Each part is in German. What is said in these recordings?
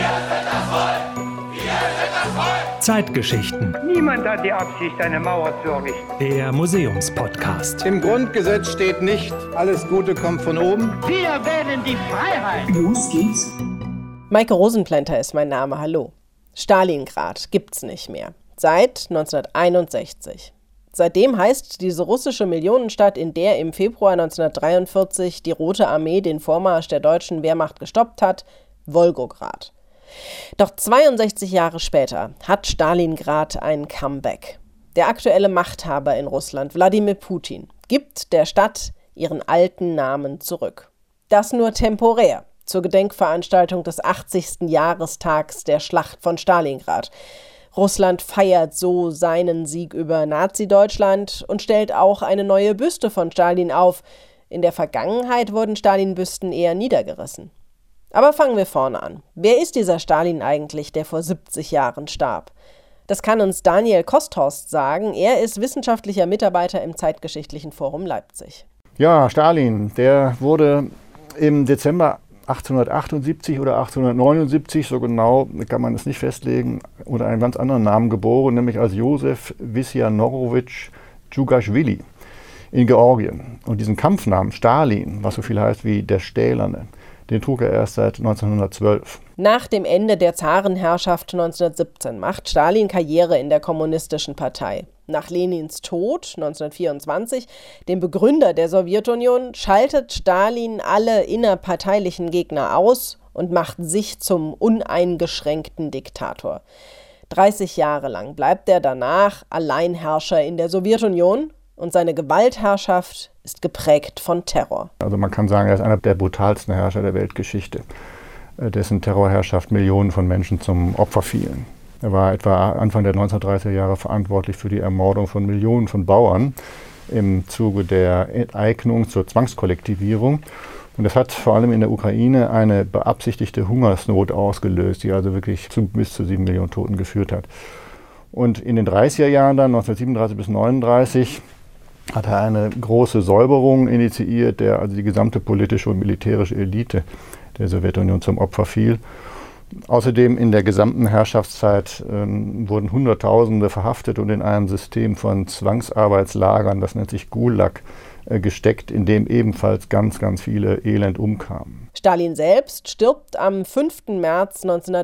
Zeitgeschichten. Niemand hat die Absicht, eine Mauer zu errichten. Der Museumspodcast. Im Grundgesetz steht nicht, alles Gute kommt von oben. Wir wählen die Freiheit. Los geht's. Maike Rosenplanter ist mein Name, hallo. Stalingrad gibt's nicht mehr. Seit 1961. Seitdem heißt diese russische Millionenstadt, in der im Februar 1943 die Rote Armee den Vormarsch der deutschen Wehrmacht gestoppt hat, Wolgograd. Doch 62 Jahre später hat Stalingrad ein Comeback. Der aktuelle Machthaber in Russland, Wladimir Putin, gibt der Stadt ihren alten Namen zurück. Das nur temporär, zur Gedenkveranstaltung des 80. Jahrestags der Schlacht von Stalingrad. Russland feiert so seinen Sieg über Nazi-Deutschland und stellt auch eine neue Büste von Stalin auf. In der Vergangenheit wurden Stalin-Büsten eher niedergerissen. Aber fangen wir vorne an. Wer ist dieser Stalin eigentlich, der vor 70 Jahren starb? Das kann uns Daniel Kosthorst sagen. Er ist wissenschaftlicher Mitarbeiter im Zeitgeschichtlichen Forum Leipzig. Ja, Stalin, der wurde im Dezember 1878 oder 1879, so genau kann man es nicht festlegen, unter einem ganz anderen Namen geboren, nämlich als Josef Wissjanowitsch Djugaschwili in Georgien. Und diesen Kampfnamen Stalin, was so viel heißt wie der Stählerne, den trug er erst seit 1912. Nach dem Ende der Zarenherrschaft 1917 macht Stalin Karriere in der Kommunistischen Partei. Nach Lenins Tod 1924, dem Begründer der Sowjetunion, schaltet Stalin alle innerparteilichen Gegner aus und macht sich zum uneingeschränkten Diktator. 30 Jahre lang bleibt er danach Alleinherrscher in der Sowjetunion und seine Gewaltherrschaft ist geprägt von Terror. Also man kann sagen, er ist einer der brutalsten Herrscher der Weltgeschichte, dessen Terrorherrschaft Millionen von Menschen zum Opfer fielen. Er war etwa Anfang der 1930er Jahre verantwortlich für die Ermordung von Millionen von Bauern im Zuge der Enteignung zur Zwangskollektivierung. Und das hat vor allem in der Ukraine eine beabsichtigte Hungersnot ausgelöst, die also wirklich bis zu 7 Millionen Toten geführt hat. Und in den 30er Jahren dann, 1937 bis 1939, hat er eine große Säuberung initiiert, der also die gesamte politische und militärische Elite der Sowjetunion zum Opfer fiel. Außerdem in der gesamten Herrschaftszeit wurden Hunderttausende verhaftet und in einem System von Zwangsarbeitslagern, das nennt sich Gulag, gesteckt, in dem ebenfalls ganz, ganz viele elend umkamen. Stalin selbst stirbt am 5. März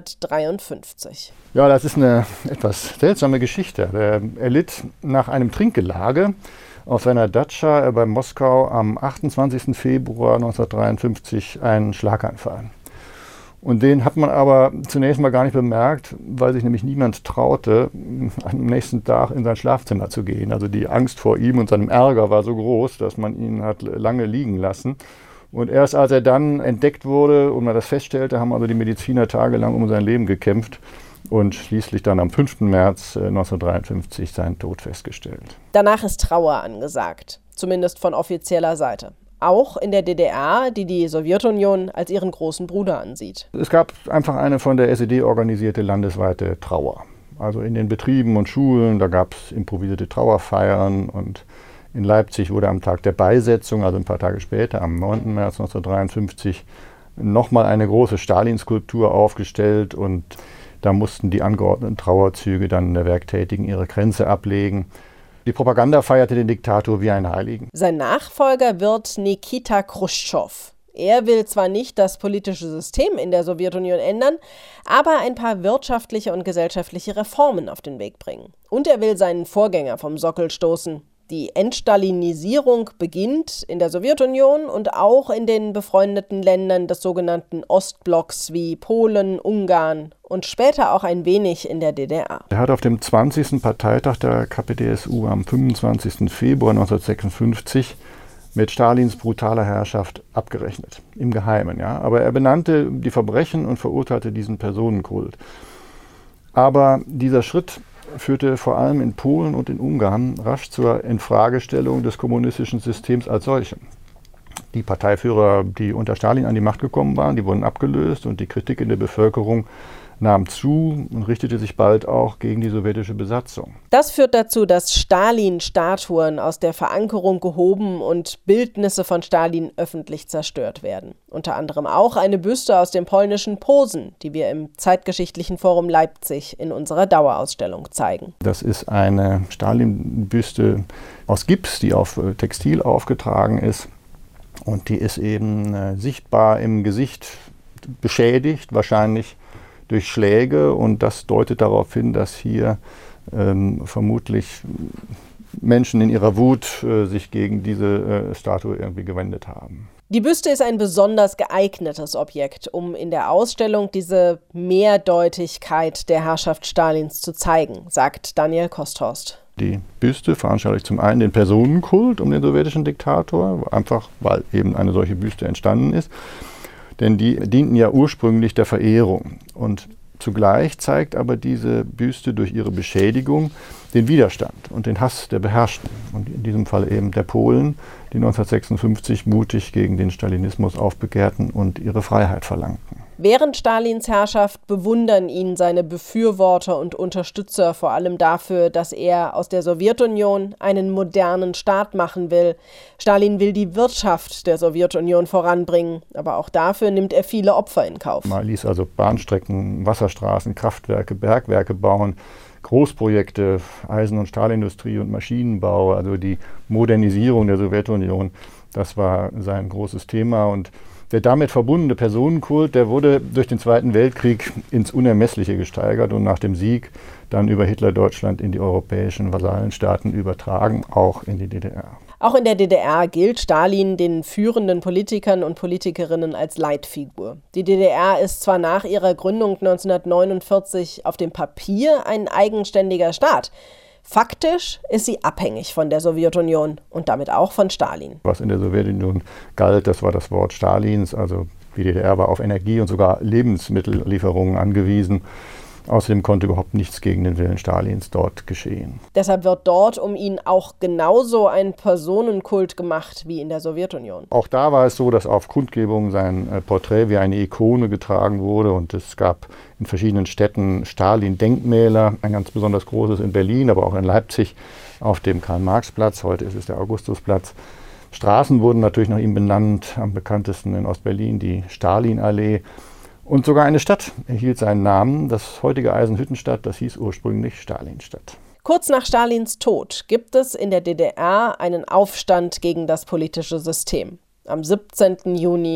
1953. Ja, das ist eine etwas seltsame Geschichte. Er litt nach einem Trinkgelage auf seiner Datscha bei Moskau am 28. Februar 1953 einen Schlaganfall. Und den hat man aber zunächst mal gar nicht bemerkt, weil sich nämlich niemand traute, am nächsten Tag in sein Schlafzimmer zu gehen. Also die Angst vor ihm und seinem Ärger war so groß, dass man ihn hat lange liegen lassen. Und erst als er dann entdeckt wurde und man das feststellte, haben also die Mediziner tagelang um sein Leben gekämpft und schließlich dann am 5. März 1953 seinen Tod festgestellt. Danach ist Trauer angesagt, zumindest von offizieller Seite. Auch in der DDR, die die Sowjetunion als ihren großen Bruder ansieht. Es gab einfach eine von der SED organisierte landesweite Trauer. Also in den Betrieben und Schulen, da gab es improvisierte Trauerfeiern und in Leipzig wurde am Tag der Beisetzung, also ein paar Tage später, am 9. März 1953, nochmal eine große Stalin-Skulptur aufgestellt und da mussten die angeordneten Trauerzüge dann der Werktätigen ihre Kränze ablegen. Die Propaganda feierte den Diktator wie einen Heiligen. Sein Nachfolger wird Nikita Chruschtschow. Er will zwar nicht das politische System in der Sowjetunion ändern, aber ein paar wirtschaftliche und gesellschaftliche Reformen auf den Weg bringen. Und er will seinen Vorgänger vom Sockel stoßen. Die Entstalinisierung beginnt in der Sowjetunion und auch in den befreundeten Ländern des sogenannten Ostblocks wie Polen, Ungarn und später auch ein wenig in der DDR. Er hat auf dem 20. Parteitag der KPDSU am 25. Februar 1956 mit Stalins brutaler Herrschaft abgerechnet, im Geheimen. Ja? Aber er benannte die Verbrechen und verurteilte diesen Personenkult. Aber dieser Schritt führte vor allem in Polen und in Ungarn rasch zur Infragestellung des kommunistischen Systems als solchem. Die Parteiführer, die unter Stalin an die Macht gekommen waren, die wurden abgelöst und die Kritik in der Bevölkerung nahm zu und richtete sich bald auch gegen die sowjetische Besatzung. Das führt dazu, dass Stalin-Statuen aus der Verankerung gehoben und Bildnisse von Stalin öffentlich zerstört werden. Unter anderem auch eine Büste aus dem polnischen Posen, die wir im Zeitgeschichtlichen Forum Leipzig in unserer Dauerausstellung zeigen. Das ist eine Stalin-Büste aus Gips, die auf Textil aufgetragen ist. Und die ist eben sichtbar im Gesicht beschädigt, wahrscheinlich durch Schläge. Und das deutet darauf hin, dass hier vermutlich Menschen in ihrer Wut sich gegen diese Statue irgendwie gewendet haben. Die Büste ist ein besonders geeignetes Objekt, um in der Ausstellung diese Mehrdeutigkeit der Herrschaft Stalins zu zeigen, sagt Daniel Kosthorst. Die Büste veranschaulicht zum einen den Personenkult um den sowjetischen Diktator, einfach weil eben eine solche Büste entstanden ist. Denn die dienten ja ursprünglich der Verehrung. Und zugleich zeigt aber diese Büste durch ihre Beschädigung den Widerstand und den Hass der Beherrschten. Und in diesem Fall eben der Polen, die 1956 mutig gegen den Stalinismus aufbegehrten und ihre Freiheit verlangten. Während Stalins Herrschaft bewundern ihn seine Befürworter und Unterstützer vor allem dafür, dass er aus der Sowjetunion einen modernen Staat machen will. Stalin will die Wirtschaft der Sowjetunion voranbringen, aber auch dafür nimmt er viele Opfer in Kauf. Man ließ also Bahnstrecken, Wasserstraßen, Kraftwerke, Bergwerke bauen, Großprojekte, Eisen- und Stahlindustrie und Maschinenbau, also die Modernisierung der Sowjetunion, das war sein großes Thema. Und der damit verbundene Personenkult, der wurde durch den Zweiten Weltkrieg ins Unermessliche gesteigert und nach dem Sieg dann über Hitler-Deutschland in die europäischen Vasallenstaaten übertragen, auch in die DDR. Auch in der DDR gilt Stalin den führenden Politikern und Politikerinnen als Leitfigur. Die DDR ist zwar nach ihrer Gründung 1949 auf dem Papier ein eigenständiger Staat. Faktisch ist sie abhängig von der Sowjetunion und damit auch von Stalin. Was in der Sowjetunion galt, das war das Wort Stalins. Also die DDR war auf Energie und sogar Lebensmittellieferungen angewiesen. Außerdem konnte überhaupt nichts gegen den Willen Stalins dort geschehen. Deshalb wird dort um ihn auch genauso ein Personenkult gemacht wie in der Sowjetunion. Auch da war es so, dass auf Kundgebungen sein Porträt wie eine Ikone getragen wurde und es gab in verschiedenen Städten Stalin-Denkmäler, ein ganz besonders großes in Berlin, aber auch in Leipzig auf dem Karl-Marx-Platz, heute ist es der Augustusplatz. Straßen wurden natürlich nach ihm benannt, am bekanntesten in Ostberlin die Stalinallee. Und sogar eine Stadt erhielt seinen Namen, das heutige Eisenhüttenstadt, das hieß ursprünglich Stalinstadt. Kurz nach Stalins Tod gibt es in der DDR einen Aufstand gegen das politische System. Am 17. Juni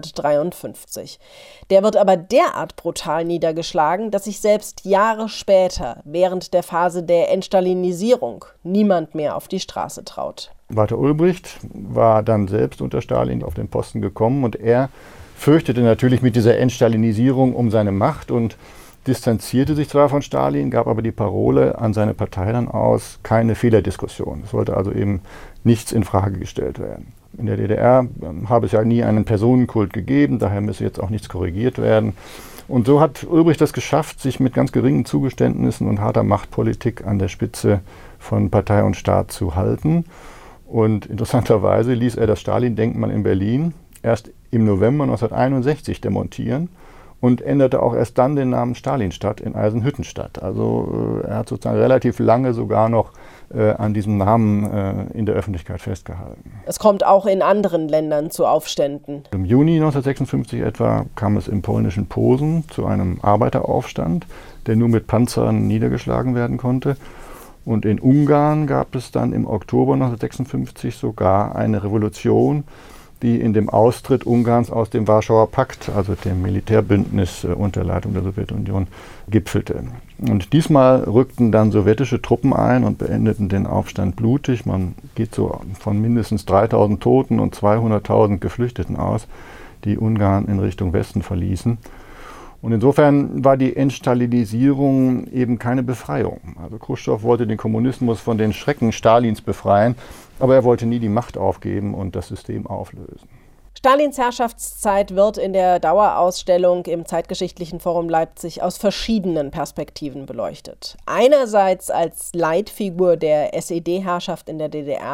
1953. Der wird aber derart brutal niedergeschlagen, dass sich selbst Jahre später, während der Phase der Entstalinisierung, niemand mehr auf die Straße traut. Walter Ulbricht war dann selbst unter Stalin auf den Posten gekommen und er fürchtete natürlich mit dieser Entstalinisierung um seine Macht und distanzierte sich zwar von Stalin, gab aber die Parole an seine Partei dann aus, keine Fehlerdiskussion. Es sollte also eben nichts in Frage gestellt werden. In der DDR habe es ja nie einen Personenkult gegeben, daher müsse jetzt auch nichts korrigiert werden. Und so hat Ulbricht das geschafft, sich mit ganz geringen Zugeständnissen und harter Machtpolitik an der Spitze von Partei und Staat zu halten. Und interessanterweise ließ er das Stalin-Denkmal in Berlin erst im November 1961 demontieren und änderte auch erst dann den Namen Stalinstadt in Eisenhüttenstadt. Also er hat sozusagen relativ lange sogar noch an diesem Namen in der Öffentlichkeit festgehalten. Es kommt auch in anderen Ländern zu Aufständen. Im Juni 1956 etwa kam es im polnischen Posen zu einem Arbeiteraufstand, der nur mit Panzern niedergeschlagen werden konnte. Und in Ungarn gab es dann im Oktober 1956 sogar eine Revolution, die in dem Austritt Ungarns aus dem Warschauer Pakt, also dem Militärbündnis unter Leitung der Sowjetunion, gipfelte. Und diesmal rückten dann sowjetische Truppen ein und beendeten den Aufstand blutig. Man geht so von mindestens 3.000 Toten und 200.000 Geflüchteten aus, die Ungarn in Richtung Westen verließen. Und insofern war die Entstalinisierung eben keine Befreiung. Also Chruschtschow wollte den Kommunismus von den Schrecken Stalins befreien, aber er wollte nie die Macht aufgeben und das System auflösen. Stalins Herrschaftszeit wird in der Dauerausstellung im Zeitgeschichtlichen Forum Leipzig aus verschiedenen Perspektiven beleuchtet. Einerseits als Leitfigur der SED-Herrschaft in der DDR,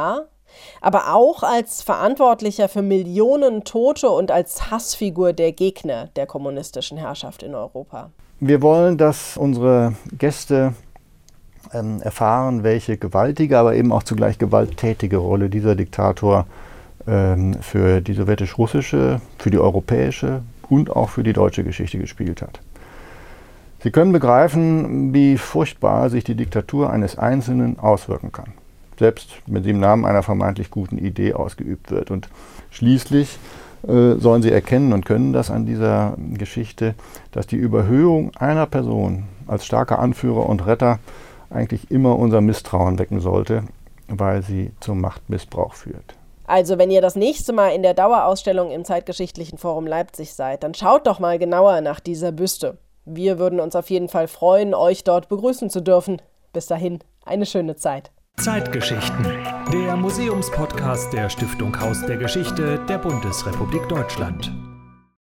aber auch als Verantwortlicher für Millionen Tote und als Hassfigur der Gegner der kommunistischen Herrschaft in Europa. Wir wollen, dass unsere Gäste erfahren, welche gewaltige, aber eben auch zugleich gewalttätige Rolle dieser Diktator für die sowjetisch-russische, für die europäische und auch für die deutsche Geschichte gespielt hat. Sie können begreifen, wie furchtbar sich die Diktatur eines Einzelnen auswirken kann, selbst wenn sie im Namen einer vermeintlich guten Idee ausgeübt wird. Und schließlich sollen sie erkennen und können das an dieser Geschichte, dass die Überhöhung einer Person als starker Anführer und Retter eigentlich immer unser Misstrauen wecken sollte, weil sie zum Machtmissbrauch führt. Also wenn ihr das nächste Mal in der Dauerausstellung im Zeitgeschichtlichen Forum Leipzig seid, dann schaut doch mal genauer nach dieser Büste. Wir würden uns auf jeden Fall freuen, euch dort begrüßen zu dürfen. Bis dahin, eine schöne Zeit. Zeitgeschichten, der Museumspodcast der Stiftung Haus der Geschichte der Bundesrepublik Deutschland.